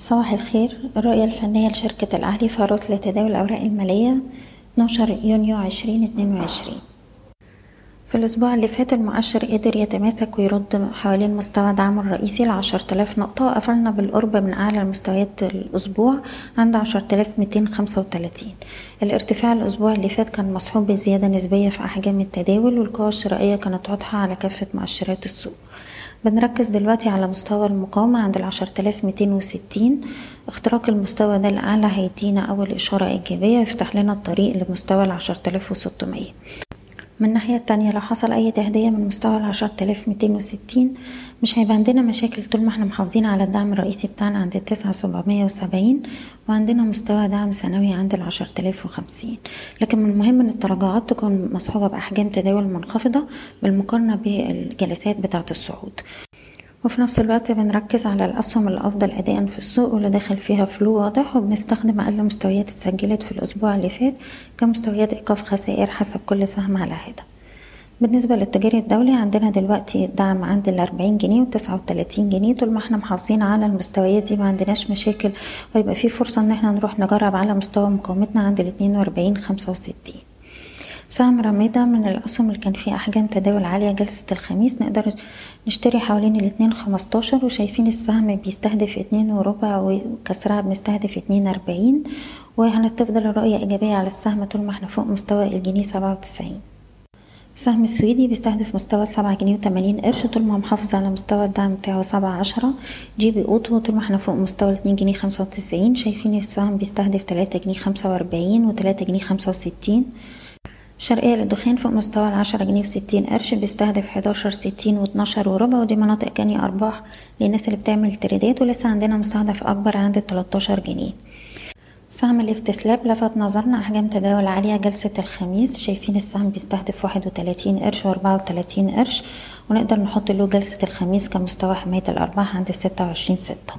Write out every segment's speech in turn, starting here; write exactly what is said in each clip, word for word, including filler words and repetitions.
صباح الخير. الرؤية الفنية لشركة الأهلي فاروس لتداول الأوراق المالية اتناشر يونيو عشرين اتنين وعشرين. في الأسبوع اللي فات المؤشر قدر يتماسك ويرد حوالين مستوى دعمه الرئيسي لعشرة آلاف نقطة، وقفلنا بالقرب من أعلى المستويات الأسبوع عند عشرة آلاف ميتين خمسة وتلاتين. الارتفاع الأسبوع اللي فات كان مصحوب بزيادة نسبية في أحجام التداول، والقوى الشرائية كانت واضحة على كافة مؤشرات السوق. بنركز دلوقتي على مستوى المقاومة عند العشرة آلاف ميتين وستين. اختراق المستوى ده الأعلى هيدينا أول إشارة إيجابية يفتح لنا الطريق لمستوى العشرة آلاف وستمية. من الناحية التانية لو حصل أي تهدية من مستوى العشرة آلاف ميتين وستين مش هيبقى عندنا مشاكل طول ما احنا محافظين على الدعم الرئيسي بتاعنا عند التسعة سبعمية وسبعين، وعندنا مستوى دعم سنوي عند العشرة آلاف وخمسين. لكن من المهم ان التراجعات تكون مصحوبة بأحجام تداول منخفضة بالمقارنة بالجلسات بتاعة الصعود. وفي نفس الوقت بنركز على الأسهم الأفضل أداء في السوق واللي داخل فيها فلو واضح، وبنستخدم أقل مستويات اتسجلت في الأسبوع اللي فات كمستويات إيقاف خسائر حسب كل سهم على حدة. بالنسبة للتجاري الدولي عندنا دلوقتي دعم عند الأربعين جنيه وتسعة وتلاتين جنيه. طول ما احنا محافظين على المستويات دي ما عندناش مشاكل، ويبقى في فرصة ان احنا نروح نجرب على مستوى مقاومتنا عند الاتنين وأربعين خمسة وستين. سهم رميدة من الأسهم اللي كان فيه أحجام تداول عالية جلسة الخميس، نقدر نشتري حوالين الاتنين خمستاشر، وشايفين السهم بيستهدف اتنين وربع وكسرها بنستهدف اتنين أربعين، وهنتفضل الرؤية إيجابية على السهم طول ما احنا فوق مستوى الجنيه سبعة وتسعين. السهم السويدي بيستهدف مستوى سبعة جنيه وتمانين قرش طول ما محافظ على مستوى الدعم بتاعه سبعة عشرة. جي بي اوتو طول ما احنا فوق مستوى اتنين جنيه خمسة وتسعين، شايفين السهم بيستهدف تلاتة جنيه خمسة وأربعين وتلاتة جنيه خمسة وستين. شرقية للدخان فوق مستوى العشرة جنيه وستين قرش بيستهدف حداشر ستين واتناشر وربع، ودي مناطق جني أرباح للناس اللي بتعمل تريدات، ولسه عندنا مستهدف أكبر عند تلتاشر جنيه. سهم الافتسلاب لفت نظرنا أحجام تداول عالية جلسة الخميس، شايفين السهم بيستهدف واحد وتلاتين قرش وأربعة وتلاتين قرش، ونقدر نحط له جلسة الخميس كمستوى حماية الأرباح عند ستة وعشرين ستة.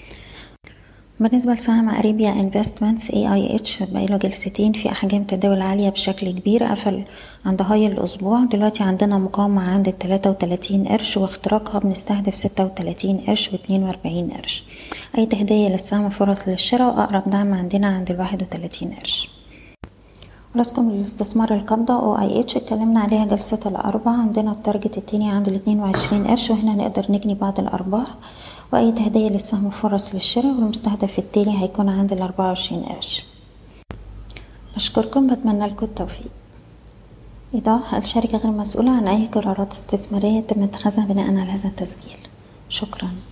بالنسبة لسهم أريبيا انفستمنتس اي اي اتش بقاله جلستين في أحجام تداول عالية بشكل كبير، قفل عند هاي الأسبوع. دلوقتي عندنا مقاومة عند التلاتة وتلاتين قرش، واختراقها بنستهدف ستة وتلاتين قرش واتنين وأربعين قرش. أي تهدية للسهم فرص للشراء، وأقرب دعم عندنا عند الواحد وتلاتين قرش. رأسكم للاستثمار القابضة او اي اتش اتكلمنا عليها جلسة الأربعة، عندنا التارجت التاني عند الاتنين وعشرين قرش، وهنا نقدر نجني بعض الأرباح. وأي تهدية للسهم فرص للشراء، والمستهدف التالي هيكون عند الأربعة وعشرين قرش. بشكركم، بتمنى لكم التوفيق. إيضاح: الشركة غير مسؤولة عن أي قرارات استثمارية تم اتخاذها بناء على هذا التسجيل. شكرا.